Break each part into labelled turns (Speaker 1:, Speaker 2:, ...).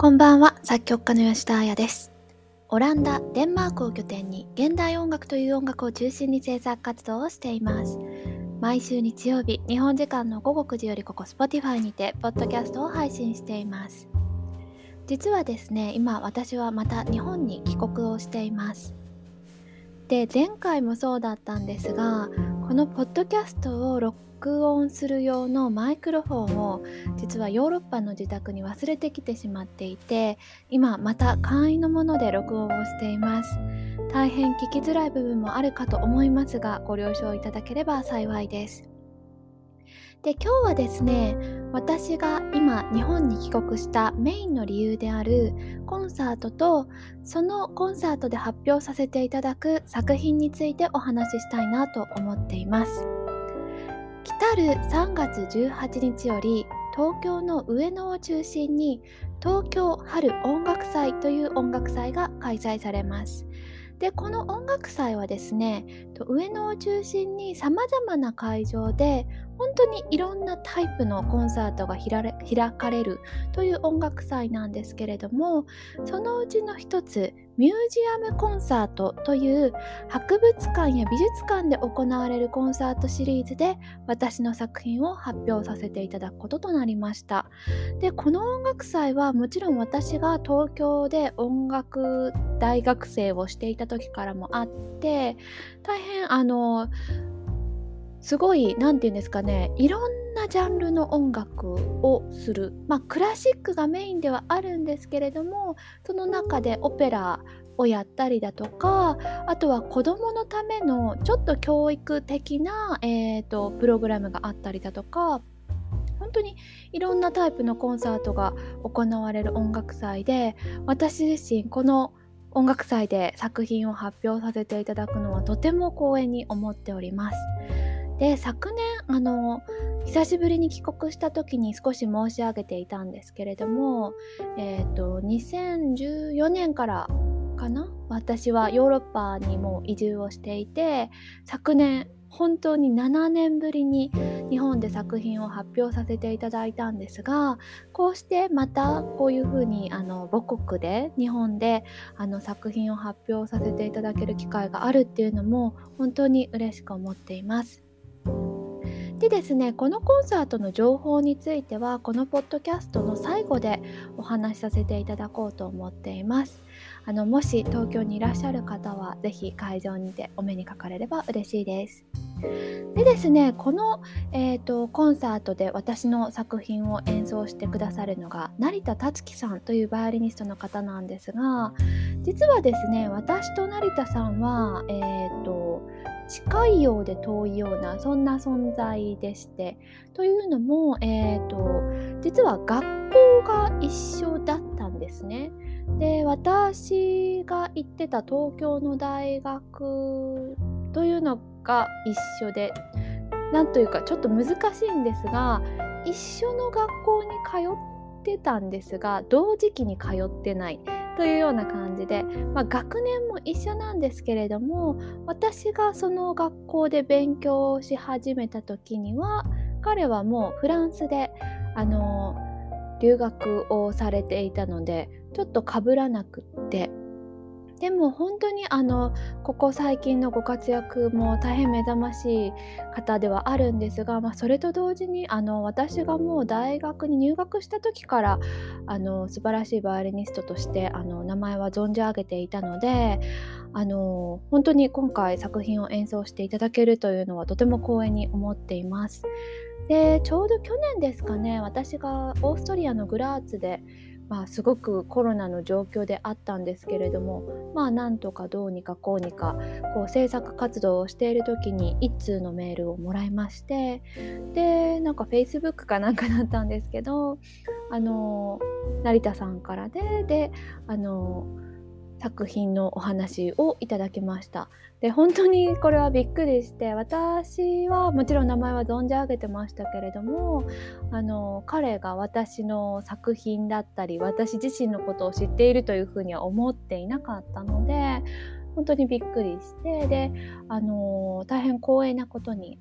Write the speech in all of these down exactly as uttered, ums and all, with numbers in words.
Speaker 1: こんばんは、作曲家の吉田彩です。オランダ、デンマークを拠点に現代音楽という音楽を中心に制作活動をしています。毎週日曜日、日本時間のごごくじよりここ Spotify にてポッドキャストを配信しています。実はですね、今私はまた日本に帰国をしています。で、前回もそうだったんですが、このポッドキャストを録音する用のマイクロフォンを実はヨーロッパの自宅に忘れてきてしまっていて、今また簡易のもので録音をしています。大変聞きづらい部分もあるかと思いますが、ご了承いただければ幸いです。で、今日はですね、私が今日本に帰国したメインの理由であるコンサートと、そのコンサートで発表させていただく作品についてお話ししたいなと思っています。来るさんがつじゅうはちにちより東京の上野を中心に東京春音楽祭という音楽祭が開催されます。で、この音楽祭はですね、上野を中心にさまざまな会場で本当にいろんなタイプのコンサートが開かれるという音楽祭なんですけれども、そのうちの一つ、ミュージアムコンサートという博物館や美術館で行われるコンサートシリーズで私の作品を発表させていただくこととなりました。で、この音楽祭はもちろん私が東京で音楽大学生をしていた時からもあって、大変あのすごい、なんていうんですかね、いろんなジャンルの音楽をする、まあクラシックがメインではあるんですけれども、その中でオペラをやったりだとか、あとは子どものためのちょっと教育的な、えーと、プログラムがあったりだとか、本当にいろんなタイプのコンサートが行われる音楽祭で、私自身この音楽祭で作品を発表させていただくのはとても光栄に思っております。で、昨年あの久しぶりに帰国した時に少し申し上げていたんですけれども、えーと、にせんじゅうよねんからかな、私はヨーロッパにも移住をしていて、昨年本当にななねんぶりに日本で作品を発表させていただいたんですが、こうしてまたこういうふうにあの母国で日本であの作品を発表させていただける機会があるっていうのも本当に嬉しく思っています。でですね、このコンサートの情報についてはこのポッドキャストの最後でお話しさせていただこうと思っています。あのもし東京にいらっしゃる方はぜひ会場にてお目にかかれれば嬉しいです。でですね、この、えーと、コンサートで私の作品を演奏してくださるのが成田達樹さんというバイオリニストの方なんですが、実はですね、私と成田さんは、えーと、近いようで遠いようなそんな存在でして、というのも、えーと、実は学校が一緒だったんですね。で、私が行ってた東京の大学というのが一緒で、なんというかちょっと難しいんですが、一緒の学校に通ってたんですが同時期に通ってないというような感じで、まあ、学年も一緒なんですけれども、私がその学校で勉強し始めた時には彼はもうフランスであの留学をされていたのでちょっと被らなくって、でも本当にあのここ最近のご活躍も大変目覚ましい方ではあるんですが、まあ、それと同時にあの私がもう大学に入学した時からあの素晴らしいバイオリニストとしてあの名前は存じ上げていたので、あの本当に今回作品を演奏していただけるというのはとても光栄に思っています。で、ちょうど去年ですかね、私がオーストリアのグラーツでまあ、すごくコロナの状況であったんですけれども、まあなんとかどうにかこうにかこう制作活動をしている時に一通のメールをもらいまして、でなんか Facebook かなんかだったんですけど、あの成田さんからでであの作品のお話をいただきました。で、本当にこれはびっくりして、私はもちろん名前は存じ上げてましたけれども、あの彼が私の作品だったり私自身のことを知っているというふうには思っていなかったので、本当にびっくりして、であの大変光栄なことに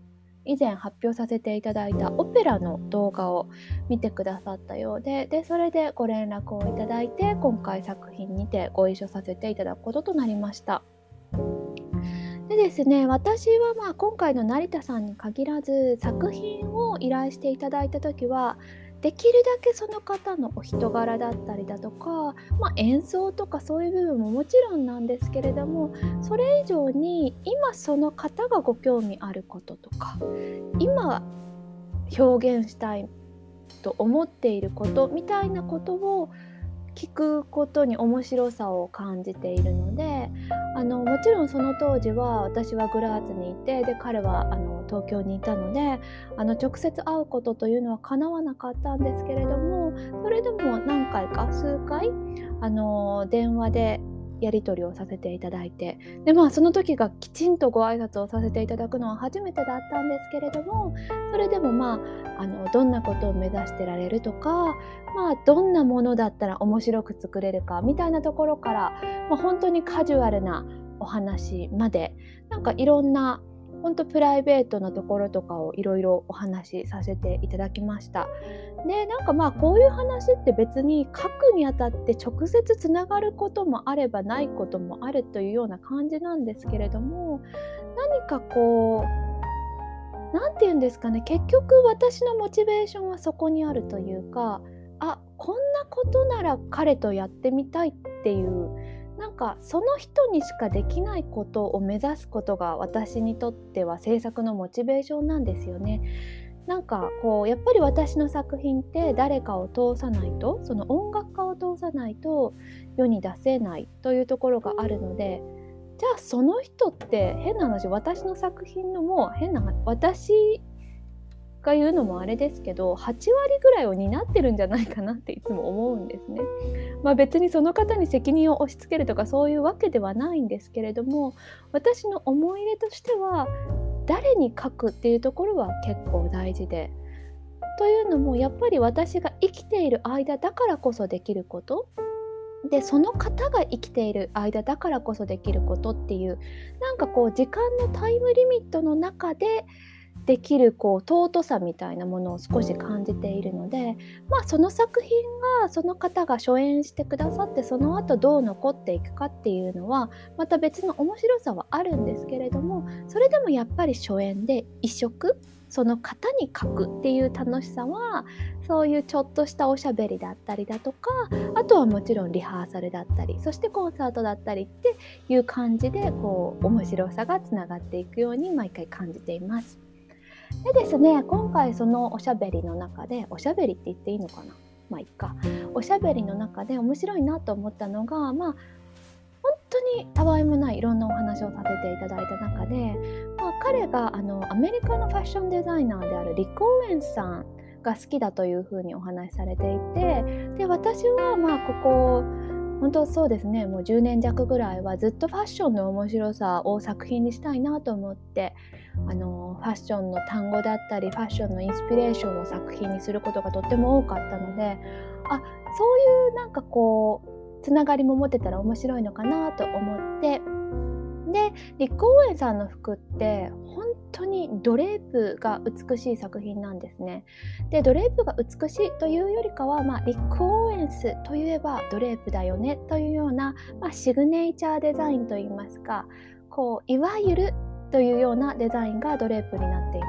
Speaker 1: 以前発表させていただいたオペラの動画を見てくださったようで、でそれでご連絡をいただいて、今回作品にてご一緒させていただくこととなりました。でですね、私はまあ今回の成田さんに限らず、作品を依頼していただいた時はできるだけその方のお人柄だったりだとか、まあ、演奏とかそういう部分ももちろんなんですけれども、それ以上に今その方がご興味あることとか、今表現したいと思っていることみたいなことを聞くことに面白さを感じているので、あのもちろんその当時は私はグラーツにいて、で彼はあの東京にいたので、あの直接会うことというのは叶わなかったんですけれども、それでも何回か数回あの電話でやり取りをさせていただいて、でまあその時がきちんとご挨拶をさせていただくのは初めてだったんですけれども、それでもまああのどんなことを目指してられるとか、まあどんなものだったら面白く作れるかみたいなところから、まあ、本当にカジュアルなお話まで、なんかいろんな本当プライベートなところとかをいろいろお話しさせていただきました。でなんかまあこういう話って別に書くにあたって直接つながることもあればないこともあるというような感じなんですけれども、何かこうなんていうんですかね、結局私のモチベーションはそこにあるというか、あ、こんなことなら彼とやってみたいっていう、なんかその人にしかできないことを目指すことが私にとっては制作のモチベーションなんですよね。なんかこうやっぱり私の作品って誰かを通さないと、その音楽家を通さないと世に出せないというところがあるので、じゃあその人って変な話、私の作品のもう変な話、私が言うのもあれですけどはち割ぐらいを担ってるんじゃないかなっていつも思うんですね。まあ別にその方に責任を押し付けるとかそういうわけではないんですけれども、私の思い入れとしては誰に書くっていうところは結構大事で、というのもやっぱり私が生きている間だからこそできることで、その方が生きている間だからこそできることっていう、なんかこう時間のタイムリミットの中でできるこう尊さみたいなものを少し感じているので、まあその作品がその方が初演してくださって、その後どう残っていくかっていうのはまた別の面白さはあるんですけれども、それでもやっぱり初演で一色その方に書くっていう楽しさは、そういうちょっとしたおしゃべりだったりだとか、あとはもちろんリハーサルだったり、そしてコンサートだったりっていう感じでこう面白さがつながっていくように毎回感じています。でですね、今回そのおしゃべりの中で、おしゃべりって言っていいのかな、まあいいか、おしゃべりの中で面白いなと思ったのが、まあ本当にたわいもないいろんなお話をさせていただいた中で、まあ、彼があのアメリカのファッションデザイナーであるリック・オーエンスさんが好きだというふうにお話しされていて、で私はまあここ本当そうですね、もうじゅうねん弱ぐらいはずっとファッションの面白さを作品にしたいなと思って、あのファッションの単語だったりファッションのインスピレーションを作品にすることがとっても多かったので、あ、そういうなんかこうつながりも持てたら面白いのかなと思って、でリック・オーエンさんの服って本当にドレープが美しい作品なんですね。でドレープが美しいというよりかは、まあ、リック・オーエンスといえばドレープだよねというような、まあ、シグネイチャーデザインといいますか、こういわゆるというようなデザインがドレープになっています。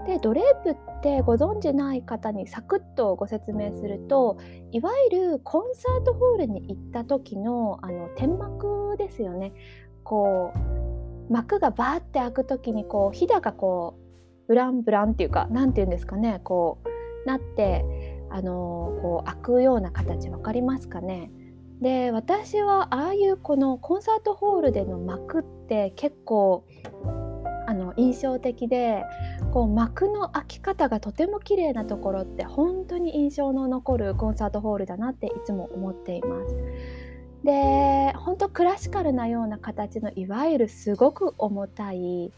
Speaker 1: でドレープってご存じない方にサクッとご説明すると、いわゆるコンサートホールに行った時のあの天幕ですよね。こう幕がバーって開く時にこうひだがこうブランブランっていうか、なんていうんですかね、こうなってあのこう開くような形、わかりますかね。で私はああいうこのコンサートホールでの幕って結構あの印象的で、こう幕の開き方がとても綺麗なところって本当に印象の残るコンサートホールだなっていつも思っています。で本当クラシカルなような形のいわゆるすごく重たい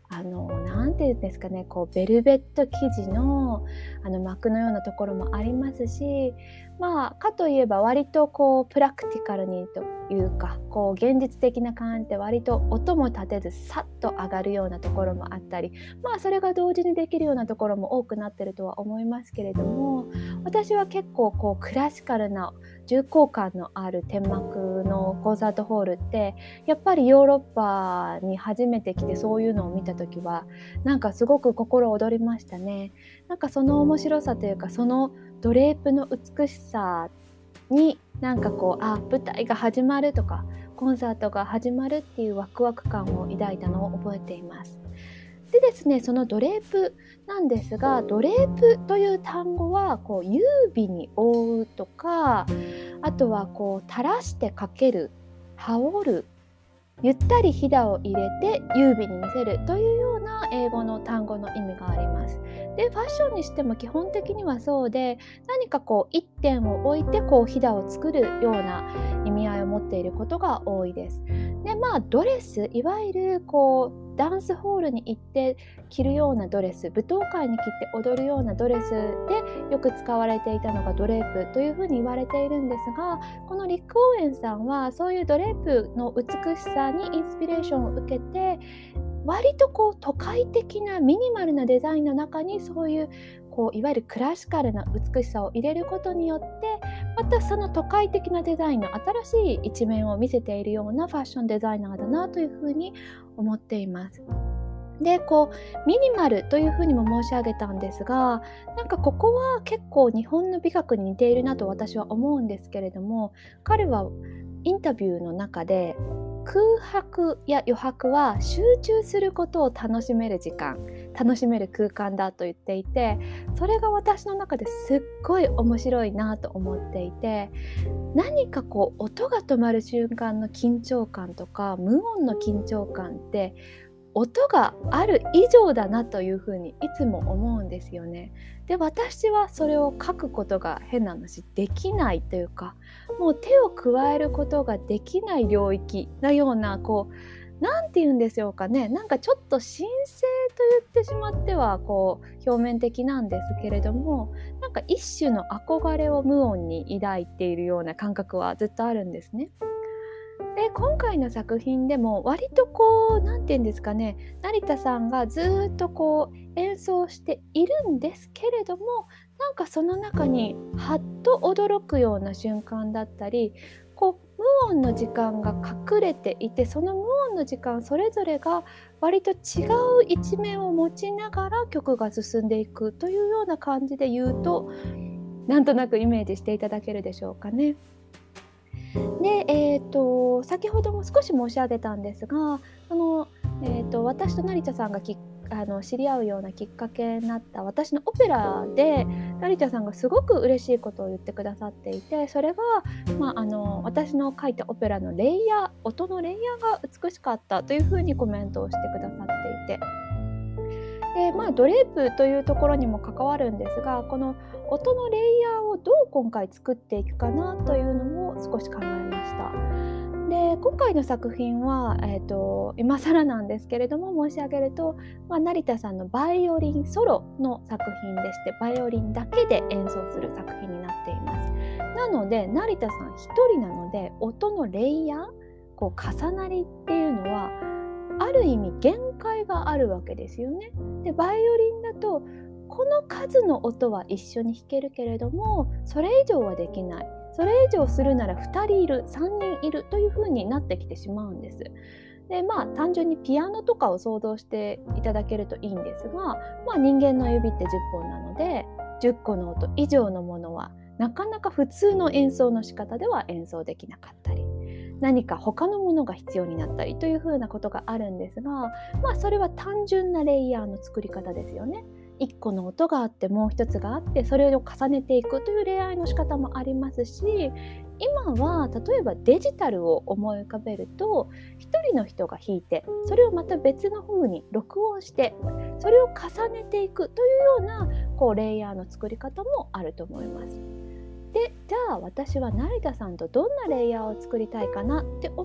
Speaker 1: あのなんていうんですかね、こうベルベット生地のあの膜のようなところもありますし、まあかといえば割とこうプラクティカルにというか、こう現実的な感じで割と音も立てずさっと上がるようなところもあったり、まあそれが同時にできるようなところも多くなってるとは思いますけれども、私は結構こうクラシカルな重厚感のある天幕のコンサートホールってやっぱりヨーロッパに初めて来てそういうのを見た時はなんかすごく心躍りましたね。なんかその面白さというか、そのドレープの美しさになんかこう、あ、舞台が始まるとかコンサートが始まるっていうワクワク感を抱いたのを覚えています。でですね、そのドレープなんですが、ドレープという単語はこう優美に覆うとか、あとはこう垂らしてかける、羽織る、ゆったりひだを入れて優美に見せるというような英語の単語の意味があります。で、ファッションにしても基本的にはそうで、何かこう一点を置いてこうひだを作るような意味合いを持っていることが多いです。で、まあドレス、いわゆるこうダンスホールに行って着るようなドレス、舞踏会に着て踊るようなドレスでよく使われていたのがドレープというふうに言われているんですが、このリック・オーエンさんはそういうドレープの美しさにインスピレーションを受けて、割とこう都会的なミニマルなデザインの中にそういうこういわゆるクラシカルな美しさを入れることによって、またその都会的なデザインの新しい一面を見せているようなファッションデザイナーだなというふうに思っています。で、こうミニマルというふうにも申し上げたんですが、なんかここは結構日本の美学に似ているなと私は思うんですけれども、彼はインタビューの中で空白や余白は集中することを楽しめる時間、楽しめる空間だと言っていて、それが私の中ですっごい面白いなと思っていて、何かこう音が止まる瞬間の緊張感とか無音の緊張感って音がある以上だなというふうにいつも思うんですよね。で、私はそれを書くことが変な話できないというか、もう手を加えることができない領域のような、こうなんて言うんでしょうかね、なんかちょっと神聖と言ってしまってはこう表面的なんですけれども、なんか一種の憧れを無音に抱いているような感覚はずっとあるんですね。で、今回の作品でも割とこうなんて言うんですかね、成田さんがずっとこう演奏しているんですけれども、なんかその中にはっと驚くような瞬間だったり、こう無音の時間が隠れていて、その無音の時間それぞれが割と違う一面を持ちながら曲が進んでいくというような感じで言うと、なんとなくイメージしていただけるでしょうかね。で、えー、と先ほども少し申し上げたんですが、その、えー、と私と成田さんがきあの知り合うようなきっかけになった私のオペラで、成田さんがすごく嬉しいことを言ってくださっていて、それが、まあ、あの私の書いたオペラのレイヤー、音のレイヤーが美しかったというふうにコメントをしてくださっていて、で、まあ、ドレープというところにも関わるんですが、この音のレイヤーをどう今回作っていくかなというのも少し考えました。で、今回の作品は、えーと、今更なんですけれども申し上げると、まあ、成田さんのバイオリンソロの作品でして、バイオリンだけで演奏する作品になっています。なので成田さん一人なので、音のレイヤー、こう重なりっていうのはある意味限界があるわけですよね。で、バイオリンだとこの数の音は一緒に弾けるけれども、それ以上はできない。それ以上するならふたりいる、さんにんいるというふうになってきてしまうんです。で、まあ単純にピアノとかを想像していただけるといいんですが、まあ、人間の指ってじゅっぽんなので、じゅっこの音以上のものはなかなか普通の演奏の仕方では演奏できなかったり、何か他のものが必要になったりというふうなことがあるんですが、まあそれは単純なレイヤーの作り方ですよね。いっこの音があってもう一つがあって、それを重ねていくというレイヤーの仕方もありますし、今は例えばデジタルを思い浮かべると、一人の人が弾いてそれをまた別の風に録音してそれを重ねていくというようなこうレイヤーの作り方もあると思います。で、じゃあ私は成田さんとどんなレイヤーを作りたいかなって思う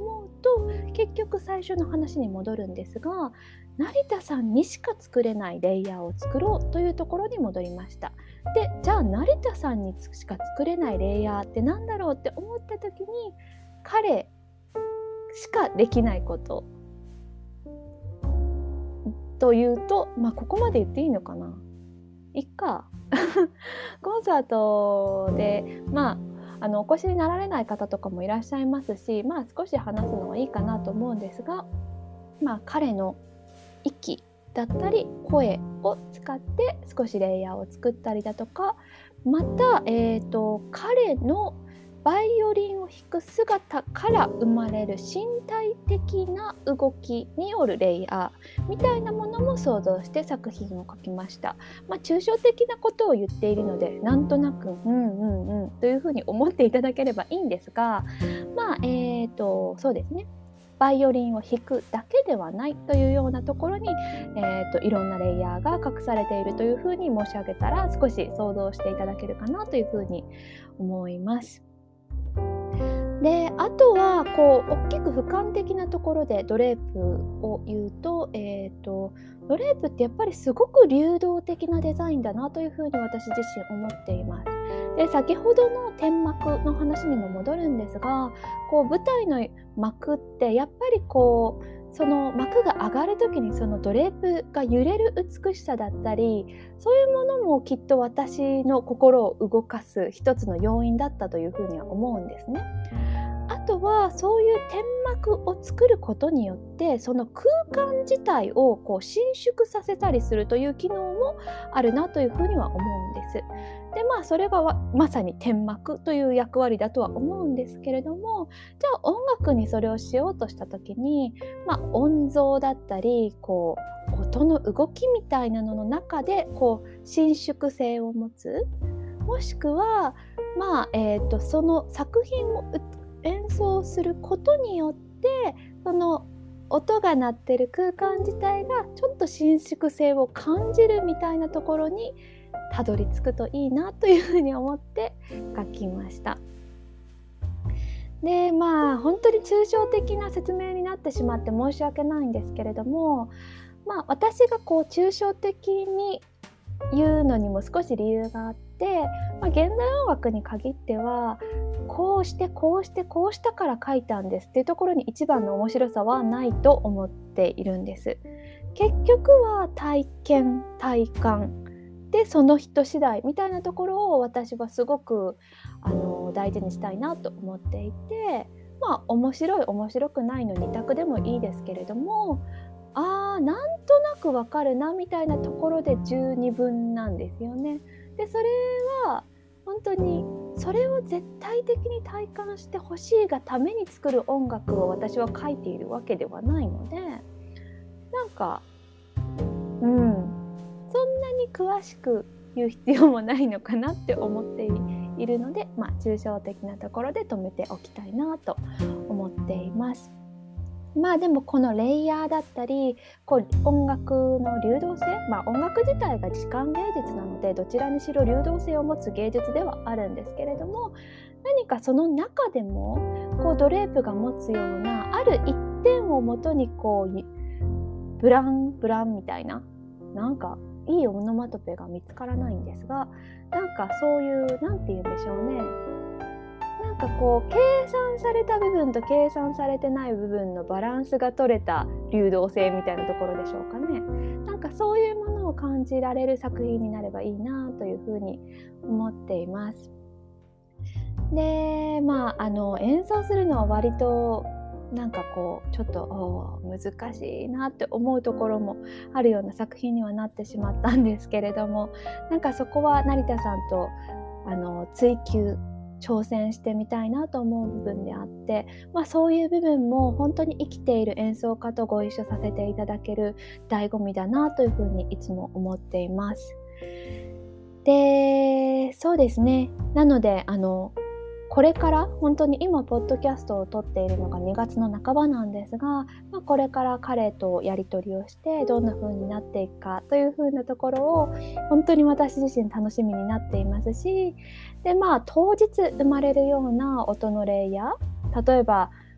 Speaker 1: と結局最初の話に戻るんですが、成田さんにしか作れないレイヤーを作ろうというところに戻りました。で、じゃあ成田さんにしか作れないレイヤーってなんだろうって思った時に、彼しかできないことというと、まあここまで言っていいのかな、いっかコンサートでまああのお越しになられない方とかもいらっしゃいますし、まあ少し話すのはいいかなと思うんですが、まあ彼の息だったり声を使って少しレイヤーを作ったりだとか、また、えーと、彼のバイオリンを弾く姿から生まれる身体的な動きによるレイヤーみたいなものも想像して作品を書きました。まあ、抽象的なことを言っているので、なんとなくうんうんうんというふうに思っていただければいいんですが、まあえーとそうですね、バイオリンを弾くだけではないというようなところに、えーと、いろんなレイヤーが隠されているというふうに申し上げたら、少し想像していただけるかなというふうに思います。で、あとはこう大きく俯瞰的なところでドレープを言うと、えーと、ドレープってやっぱりすごく流動的なデザインだなというふうに私自身思っています。で、先ほどの天幕の話にも戻るんですが、こう舞台の幕ってやっぱりこうその幕が上がる時にそのドレープが揺れる美しさだったり、そういうものもきっと私の心を動かす一つの要因だったというふうには思うんですね。あとはそういう天幕を作ることによってその空間自体をこう伸縮させたりするという機能もあるなというふうには思うんです。で、まあそれがまさに天幕という役割だとは思うんですけれども、じゃあ音楽にそれをしようとした時に、まあ、音像だったりこう音の動きみたいなのの中でこう伸縮性を持つ、もしくは、まあえーと、その作品を演奏することによってその音が鳴ってる空間自体がちょっと伸縮性を感じるみたいなところにたどり着くといいなというふうに思って書きました。で、まあ本当に抽象的な説明になってしまって申し訳ないんですけれども、まあ私がこう抽象的に言うのにも少し理由があって、まあ、現代音楽に限ってはこうしてこうしてこうしたから書いたんですっていうところに一番の面白さはないと思っているんです。結局は体験体感でその人次第みたいなところを私はすごくあの大事にしたいなと思っていて、まあ面白い面白くないの二択でもいいですけれども、あーなんとなくわかるなみたいなところで十二分なんですよね。でそれは本当にそれを絶対的に体感してほしいがために作る音楽を私は書いているわけではないので、なんかうんそんなに詳しく言う必要もないのかなって思っているので、まあ抽象的なところで止めておきたいなと思っています。まあでもこのレイヤーだったりこう音楽の流動性、まあ音楽自体が時間芸術なのでどちらにしろ流動性を持つ芸術ではあるんですけれども、何かその中でもこうドレープが持つようなある一点をもとにこうブランブランみたいな、なんかいいオノマトペが見つからないんですが、なんかそういうなんて言うんでしょうね、なんかこう計算された部分と計算されてない部分のバランスが取れた流動性みたいなところでしょうかね。なんかそういうものを感じられる作品になればいいなというふうに思っています。で、まああの演奏するのは割となんかこうちょっと難しいなって思うところもあるような作品にはなってしまったんですけれども、なんかそこは成田さんとあの追求挑戦してみたいなと思う部分であって、まあ、そういう部分も本当に生きている演奏家とご一緒させていただける醍醐味だなというふうにいつも思っています。で、そうですね、なのであのこれから本当に今ポッドキャストを撮っているのがにがつの半ばなんですが、まあ、これから彼とやり取りをしてどんな風になっていくかという風なところを本当に私自身楽しみになっていますし、でまあ当日生まれるような音のレイヤー、例えば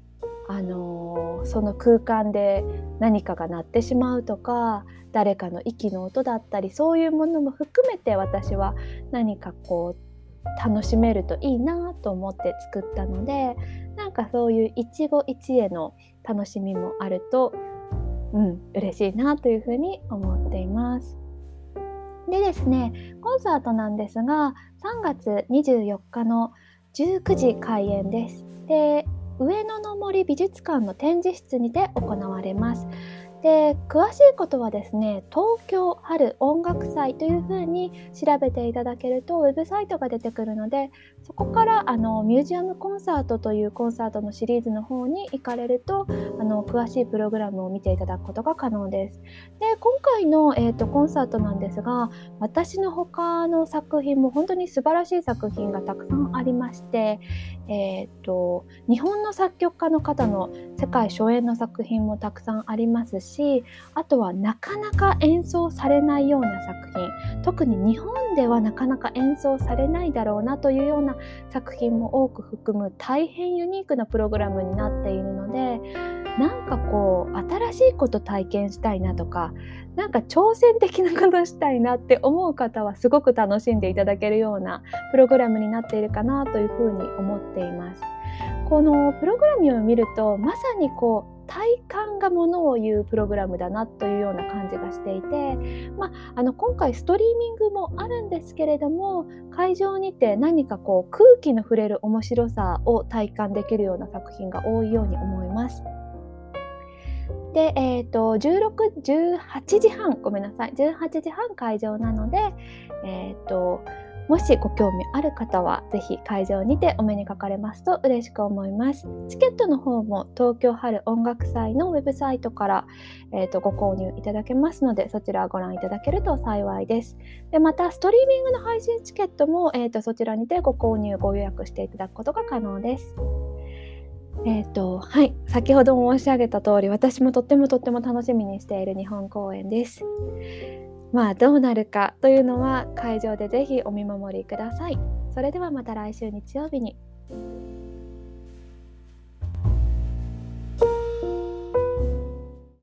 Speaker 1: あのーその空間で何かが鳴ってしまうとか、誰かの息の音だったり、そういうものも含めて私は何かこう楽しめるといいなと思って作ったので、なんかそういう一期一会の楽しみもあると、うん、嬉しいなというふうに思っています。でですね、コンサートなんですが、さんがつにじゅうよっかのじゅうくじ開演です。で、上野の森美術館の展示室にて行われます。で、詳しいことはですね、東京春音楽祭というふうに調べていただけるとウェブサイトが出てくるので、そこからあのミュージアムコンサートというコンサートのシリーズの方に行かれると、あの詳しいプログラムを見ていただくことが可能です。で、今回の、えーと、コンサートなんですが、私の他の作品も本当に素晴らしい作品がたくさんありまして、えーと、日本の作曲家の方の世界初演の作品もたくさんありますし、あとはなかなか演奏されないような作品、特に日本ではなかなか演奏されないだろうなというような作品も多く含む大変ユニークなプログラムになっているので、なんかこう新しいこと体験したいなとか、なんか挑戦的なことしたいなって思う方はすごく楽しんでいただけるようなプログラムになっているかなというふうに思っています。このプログラムを見ると、まさにこう体感がものを言うプログラムだなというような感じがしていて、まあ、あの今回ストリーミングもあるんですけれども、会場にて何かこう空気の触れる面白さを体感できるような作品が多いように思います。で、えーと、じゅうろく、じゅうはちじはん、ごめんなさい、じゅうはちじはん会場なので、えーと、もしご興味ある方はぜひ会場にてお目にかかれますと嬉しく思います。チケットの方も東京春音楽祭のウェブサイトから、えーと、ご購入いただけますので、そちらをご覧いただけると幸いです。で、またストリーミングの配信チケットも、えーと、そちらにてご購入ご予約していただくことが可能です。えーと、はい、先ほど申し上げた通り、私もとってもとっても楽しみにしている日本公演です。まあどうなるかというのは会場でぜひお見守りください。それではまた来週日曜日に。